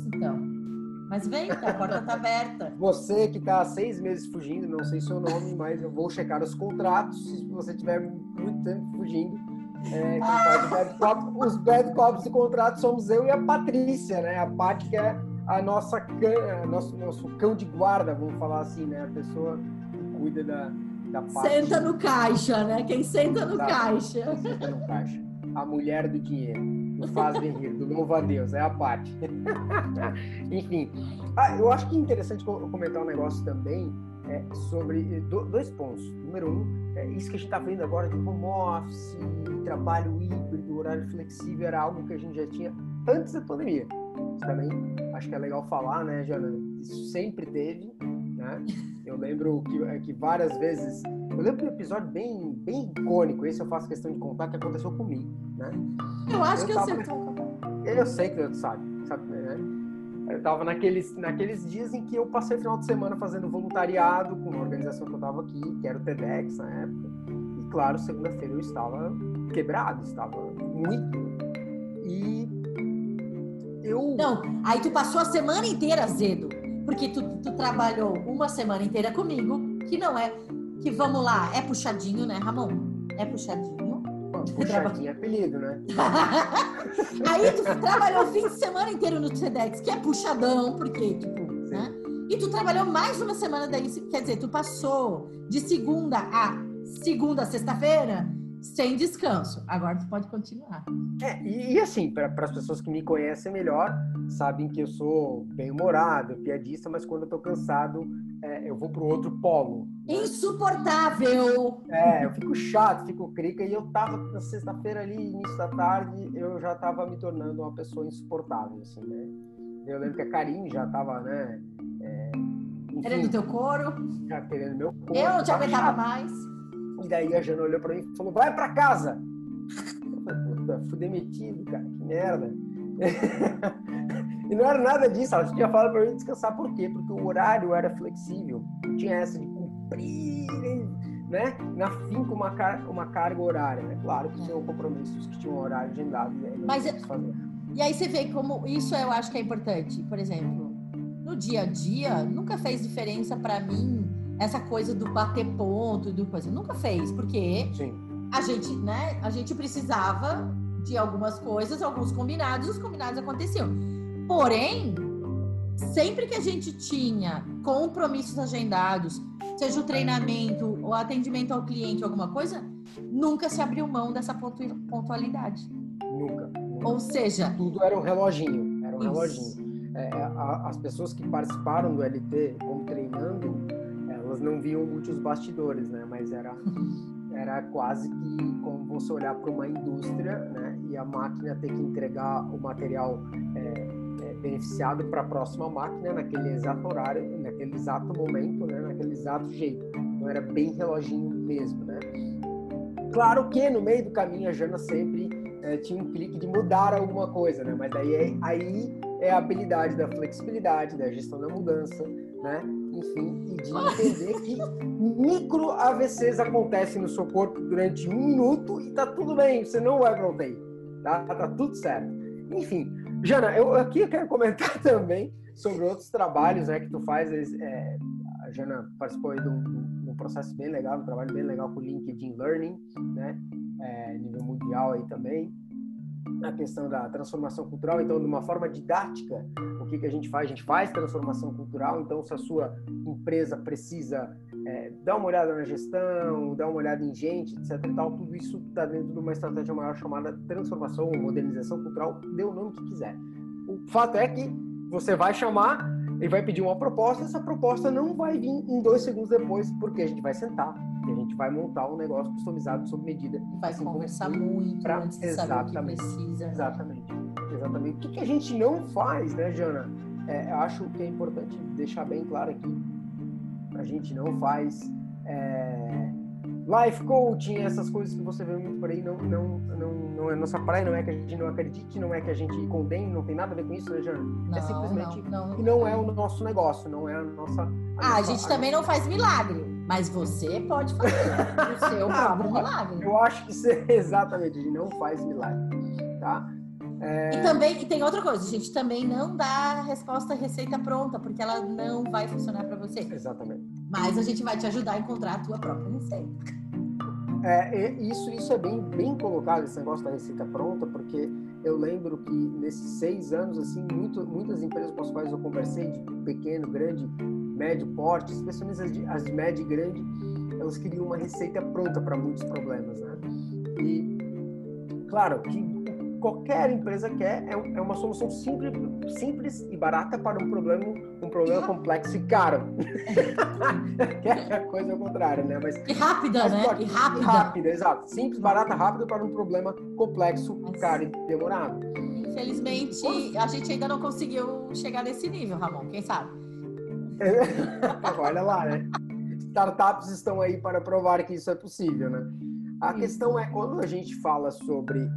Speaker 1: Mas vem, a porta tá aberta.
Speaker 2: Você que tá há 6 meses fugindo, não sei seu nome, mas eu vou checar os contratos. Se você tiver muito tempo fugindo, quem faz os bad cops de contrato somos eu e a Patrícia, né? A Paty, que é a nosso cão de guarda, vamos falar assim, né? A pessoa que cuida da parte.
Speaker 1: Senta no caixa, né? Quem senta no caixa.
Speaker 2: Senta no caixa. A mulher do dinheiro, do faz-me rir, do louvo a Deus, é a Paty. Enfim, eu acho que é interessante comentar um negócio também sobre 2 pontos. Número 1, isso que a gente está vendo agora de home office, trabalho híbrido, horário flexível, era algo que a gente já tinha antes da pandemia. Isso também acho que é legal falar, né, Jana? Isso sempre teve, né? Eu lembro que várias vezes... Eu lembro de um episódio bem icônico, esse eu faço questão de contar, que aconteceu comigo, né?
Speaker 1: Eu acho que eu sei.
Speaker 2: Eu sei que você sabe, né? Eu tava naqueles dias em que eu passei o final de semana fazendo voluntariado com uma organização que eu tava aqui, que era o TEDx na época. E, claro, segunda-feira eu estava quebrado, estava muito. E eu...
Speaker 1: Não, aí tu passou a semana inteira azedo, porque tu trabalhou uma semana inteira comigo, que não é... Que vamos lá, é puxadinho, né, Ramon? É puxadinho.
Speaker 2: Puxadinho é apelido, né?
Speaker 1: Aí tu trabalhou o fim de semana inteiro no TEDx, que é puxadão, porque, tipo, né? E tu trabalhou mais uma semana daí, quer dizer, tu passou de segunda a sexta-feira sem descanso. Agora tu pode continuar.
Speaker 2: E assim, para as pessoas que me conhecem melhor, sabem que eu sou bem-humorado, piadista, mas quando eu tô cansado, eu vou pro outro polo.
Speaker 1: Né? Insuportável!
Speaker 2: Eu fico chato, fico crica, e eu tava na sexta-feira ali, início da tarde, eu já tava me tornando uma pessoa insuportável, assim, né? Eu lembro que a Karine já tava, né?
Speaker 1: Querendo teu couro.
Speaker 2: Já querendo meu couro.
Speaker 1: Eu não te aguentava mais.
Speaker 2: E daí a Jana olhou pra mim e falou, vai pra casa! Eu falei, puta, fui demitido, cara, que merda. E não era nada disso, ela tinha falado pra mim descansar. Por quê? Porque o horário era flexível. Não tinha essa de cumprir, né? Na finca uma carga horária, né? Claro que tinham compromissos que tinham horário agendado.
Speaker 1: E aí você vê como isso eu acho que é importante. Por exemplo, no dia a dia, nunca fez diferença pra mim essa coisa do bater ponto, do coisa. Nunca fez, porque a gente precisava de algumas coisas, alguns combinados, os combinados aconteciam. Porém, sempre que a gente tinha compromissos agendados, seja o treinamento, o atendimento ao cliente, alguma coisa, nunca se abriu mão dessa pontualidade.
Speaker 2: Nunca.
Speaker 1: Ou seja...
Speaker 2: Tudo era um reloginho. As pessoas que participaram do LT como treinando, elas não viam muitos bastidores, né? Mas era quase que como você olhar para uma indústria, né? E a máquina ter que entregar o material beneficiado para a próxima máquina naquele exato horário, naquele exato momento, né? Naquele exato jeito. Então era bem reloginho mesmo, né? Claro que no meio do caminho a Jana sempre tinha um clique de mudar alguma coisa, né? Mas daí aí é a habilidade da flexibilidade, da gestão da mudança, né? Enfim, e de entender que micro AVCs acontecem no seu corpo durante 1 minuto e tá tudo bem, você não vai pra UTI, tá tudo certo. Enfim, Jana, eu quero comentar também sobre outros trabalhos, né, que tu faz. A Jana participou aí de um processo bem legal, um trabalho bem legal com o LinkedIn Learning, né, nível mundial aí também. A questão da transformação cultural, então, de uma forma didática, o que a gente faz? A gente faz transformação cultural, então, se a sua empresa precisa dar uma olhada na gestão, dar uma olhada em gente, etc e tal, tudo isso está dentro de uma estratégia maior chamada transformação ou modernização cultural, dê o nome que quiser. O fato é que você vai chamar Ele vai pedir uma proposta, essa proposta não vai vir em 2 segundos depois, porque a gente vai sentar, porque a gente vai montar um negócio customizado sob medida.
Speaker 1: Vai conversar muito antes de saber o que precisa.
Speaker 2: Exatamente. O que a gente não faz, né, Jana? Eu acho que é importante deixar bem claro aqui. A gente não faz life coaching, essas coisas que você vê muito por aí, não é nossa praia, não é que a gente não acredite, não é que a gente condene, não tem nada a ver com isso, né, Jana?
Speaker 1: Não,
Speaker 2: é simplesmente que não é o nosso negócio, não é a nossa...
Speaker 1: A gente também não faz milagre, mas você pode fazer o seu próprio milagre.
Speaker 2: Eu acho que exatamente, a gente não faz milagre, tá?
Speaker 1: E tem outra coisa, a gente também não dá resposta receita pronta, porque ela não vai funcionar para você.
Speaker 2: Exatamente.
Speaker 1: Mas a gente vai te ajudar a encontrar a tua própria receita.
Speaker 2: Isso é bem colocado, esse negócio da receita pronta, porque eu lembro que nesses 6 anos, assim, muitas empresas com as quais eu conversei, de pequeno, grande, médio porte, especialmente as de médio e grande, elas queriam uma receita pronta para muitos problemas, né? E, claro, que qualquer empresa quer é uma solução simples e barata para um problema complexo e caro. Que é a coisa ao contrário, né?
Speaker 1: E rápida, né?
Speaker 2: E rápida, exato. Simples, barata, rápida para um problema complexo, caro e demorado.
Speaker 1: Infelizmente, a gente ainda não conseguiu chegar nesse nível, Ramon. Quem sabe?
Speaker 2: Olha lá, né? Startups estão aí para provar que isso é possível, né? A questão é, quando a gente fala sobre...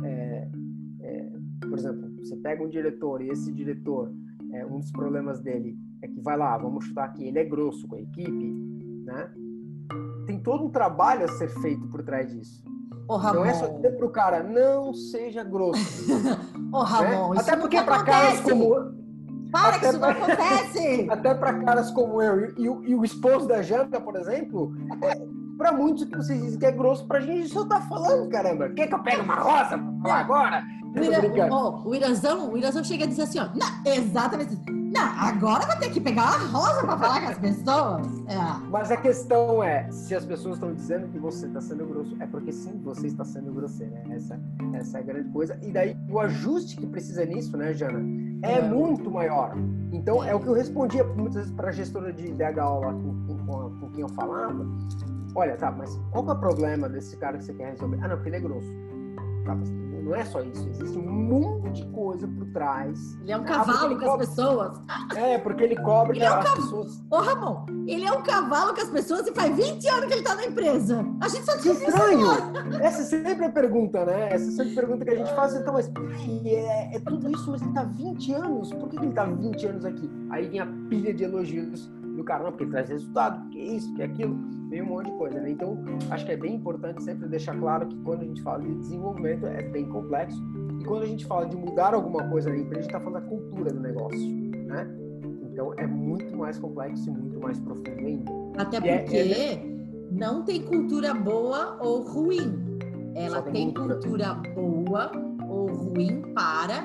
Speaker 2: por exemplo, você pega um diretor e esse diretor, um dos problemas dele é que vai lá, vamos chutar aqui, ele é grosso com a equipe, né? Tem todo um trabalho a ser feito por trás disso. Não é só dizer pro cara, não seja grosso.
Speaker 1: Ramon,
Speaker 2: né? Até porque para caras como...
Speaker 1: que isso não acontece!
Speaker 2: Até para caras como eu e o esposo da Jana, por exemplo... Pra muitos que vocês dizem que é grosso, pra gente isso eu tá falando, caramba. Quer que eu pegue uma rosa pra falar agora?
Speaker 1: O Irazão chega a dizer assim, ó. Não, exatamente. Não, agora vai ter que pegar uma rosa pra falar com as pessoas.
Speaker 2: Mas a questão é, se as pessoas estão dizendo que você está sendo grosso, é porque sim, você está sendo grosseiro, né? Essa é a grande coisa. E daí o ajuste que precisa nisso, né, Jana, é muito maior. Então, é o que eu respondia muitas vezes pra gestora de DHO lá com quem eu falava. Olha, tá, mas qual que é o problema desse cara que você quer resolver? Não, porque ele é grosso. Tá, mas não é só isso, existe um monte de coisa por trás.
Speaker 1: Ele é um cavalo com as pessoas.
Speaker 2: Porque ele cobra as pessoas.
Speaker 1: Ô, Ramon, ele é um cavalo com as pessoas e faz 20 anos que ele tá na empresa. A gente só diz
Speaker 2: estranho! Essa é sempre a pergunta, né? Essa é sempre a pergunta que a gente faz. Então, mas é tudo isso, mas ele tá 20 anos. Por que ele tá 20 anos aqui? Aí vem a pilha de elogios do cara, não, porque ele traz resultado, porque isso, porque aquilo, vem um monte de coisa, né? Então, acho que é bem importante sempre deixar claro que quando a gente fala de desenvolvimento é bem complexo, e quando a gente fala de mudar alguma coisa na empresa, a gente está falando da cultura do negócio, né? Então, é muito mais complexo e muito mais profundo ainda.
Speaker 1: Até porque não tem cultura boa ou ruim. Ela tem cultura boa ou ruim para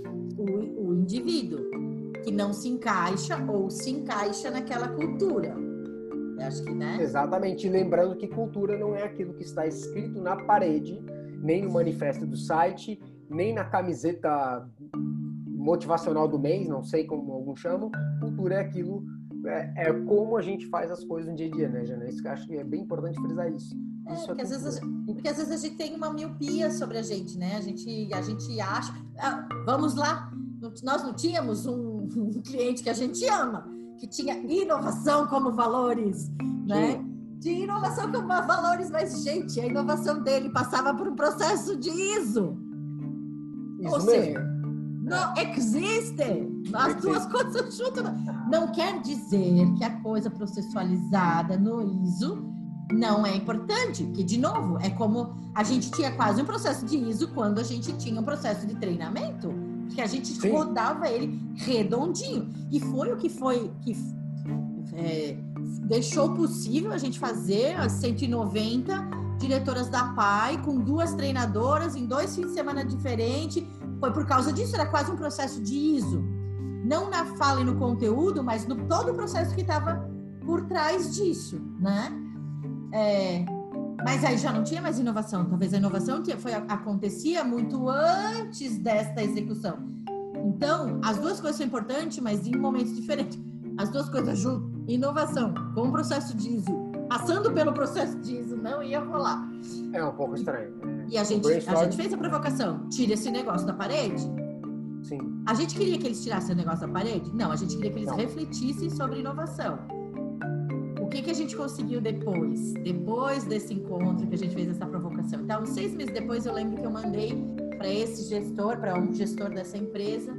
Speaker 1: o indivíduo que não se encaixa ou se encaixa naquela cultura. Eu acho que, né?
Speaker 2: Exatamente. E lembrando que cultura não é aquilo que está escrito na parede, nem no manifesto do site, nem na camiseta motivacional do mês, não sei como alguns chamam. Cultura é aquilo, é como a gente faz as coisas no dia a dia, né, Jana? Isso que eu acho que é bem importante frisar isso.
Speaker 1: Porque às vezes a gente tem uma miopia sobre a gente, né? A gente acha... vamos lá, nós não tínhamos um cliente que a gente ama, que tinha inovação como valores, né? Tinha inovação como valores, mas, gente, a inovação dele passava por um processo de ISO.
Speaker 2: Isso ou seja,
Speaker 1: não existe. As duas coisas juntas. Não quer dizer que a coisa processualizada no ISO não é importante, que, de novo, é como a gente tinha quase um processo de ISO quando a gente tinha um processo de treinamento, que a gente rodava ele redondinho. E foi o que deixou possível a gente fazer as 190 diretoras da PAI com 2 treinadoras em 2 fins de semana diferentes. Foi por causa disso, era quase um processo de ISO. Não na fala e no conteúdo, mas no todo o processo que estava por trás disso, né? Mas aí já não tinha mais inovação. Talvez a inovação acontecia muito antes desta execução. Então, as duas coisas são importantes, mas em momentos diferentes. as duas coisas juntas, inovação com o processo de ISO, passando pelo processo de ISO, não ia rolar.
Speaker 2: É um pouco estranho.
Speaker 1: E a gente fez a provocação, tira esse negócio da parede.
Speaker 2: Sim.
Speaker 1: A gente queria que eles tirassem o negócio da parede? Não, a gente queria que eles refletissem sobre inovação. O que a gente conseguiu depois? Depois desse encontro que a gente fez essa provocação. Então, 6 meses depois, eu lembro que eu mandei para esse gestor, para um gestor dessa empresa,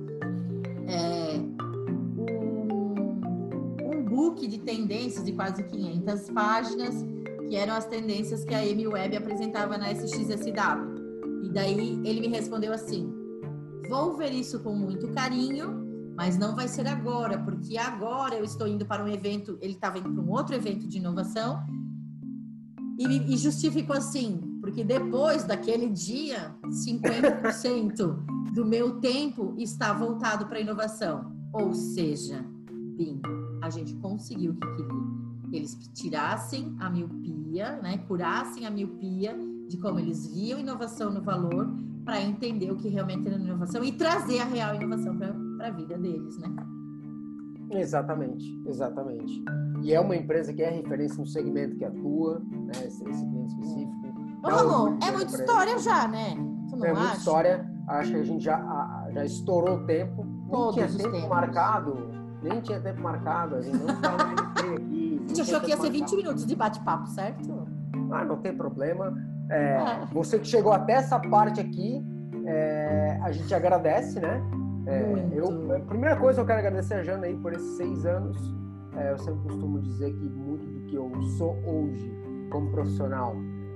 Speaker 1: um book de tendências de quase 500 páginas, que eram as tendências que a Amy Webb apresentava na SXSW. E daí ele me respondeu assim: vou ver isso com muito carinho, mas não vai ser agora, porque agora eu estou indo para um evento, ele estava indo para um outro evento de inovação, e justificou assim, porque depois daquele dia, 50% do meu tempo está voltado para a inovação. Ou seja, bingo, a gente conseguiu o que queria. Eles tirassem a miopia, né, curassem a miopia de como eles viam inovação no valor, para entender o que realmente era inovação e trazer a real inovação para a vida deles, né?
Speaker 2: Exatamente. E é uma empresa que é referência no segmento que atua, né? Esse cliente específico.
Speaker 1: Ô, Ramon, é muita história já, né? Tu não acha?
Speaker 2: Muita história. Acho que a gente já estourou o tempo. Nem tinha tempo marcado. A gente não estava aqui.
Speaker 1: A gente achou que ia ser 20 minutos de bate-papo, certo?
Speaker 2: Não tem problema. Você que chegou até essa parte aqui, a gente agradece, né? A primeira coisa, eu quero agradecer a Jana aí por esses 6 anos. Eu sempre costumo dizer que muito do que eu sou hoje como profissional,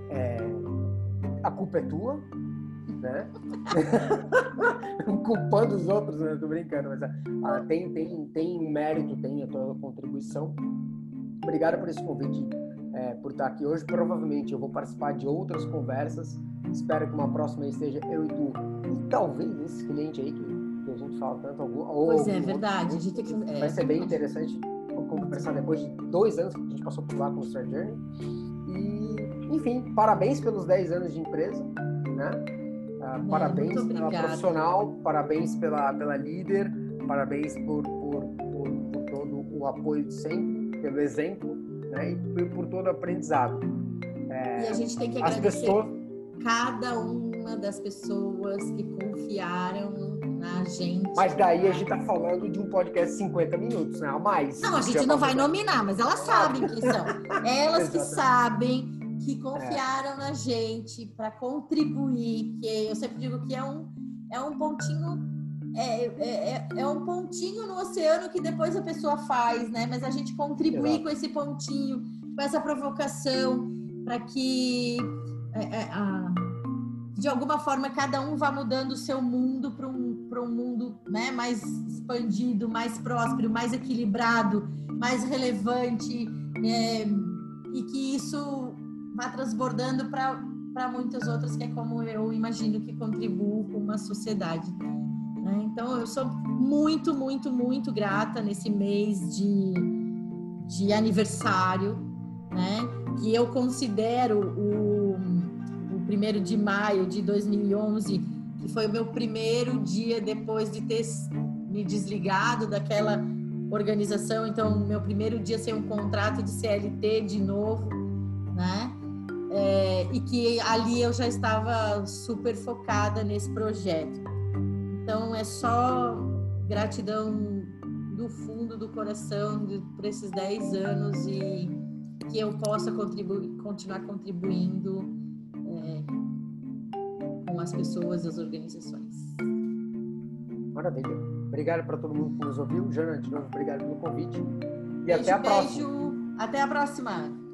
Speaker 2: a culpa é tua, né? Culpando os outros, né? Tô brincando, mas tem um mérito, tem a tua contribuição. Obrigado por esse convite. Por estar aqui hoje. Provavelmente eu vou participar de outras conversas. Espero que uma próxima esteja eu e tu. E talvez esse cliente aí que a gente fala tanto.
Speaker 1: Pois é, verdade. A gente tem que...
Speaker 2: Vai ser bem interessante conversar depois de 2 anos que a gente passou por lá com o Star Journey. E, enfim, parabéns pelos 10 anos de empresa, né? Parabéns pela profissional, parabéns pela líder, parabéns por todo o apoio de sempre, pelo exemplo, né, e por todo o aprendizado.
Speaker 1: E a gente tem que agradecer cada uma das pessoas que confiaram na gente.
Speaker 2: Mas daí a gente tá falando de um podcast de 50 minutos, né? A mais.
Speaker 1: Não, a gente não vai nominar, mas elas sabem quem são. Elas que sabem, que confiaram na gente para contribuir, que eu sempre digo que é um pontinho... É um pontinho no oceano que depois a pessoa faz, né? Mas a gente contribuir com esse pontinho, com essa provocação, para que, de alguma forma, cada um vá mudando o seu mundo para um mundo, né, mais expandido, mais próspero, mais equilibrado, mais relevante, e que isso vá transbordando para muitas outras, que é como eu imagino que contribuo com uma sociedade. Então, eu sou muito, muito, muito grata nesse mês de aniversário, né? Que eu considero o 1º de maio de 2011, que foi o meu primeiro dia depois de ter me desligado daquela organização. Então, meu primeiro dia sem um contrato de CLT de novo, né? E que ali eu já estava super focada nesse projeto. Então, é só gratidão do fundo do coração por esses 10 anos e que eu possa continuar contribuindo com as pessoas e as organizações.
Speaker 2: Maravilha. Obrigado para todo mundo que nos ouviu. Jana, de novo, obrigado pelo convite. E
Speaker 1: Beijo,
Speaker 2: até a próxima.
Speaker 1: Beijo. Até a próxima.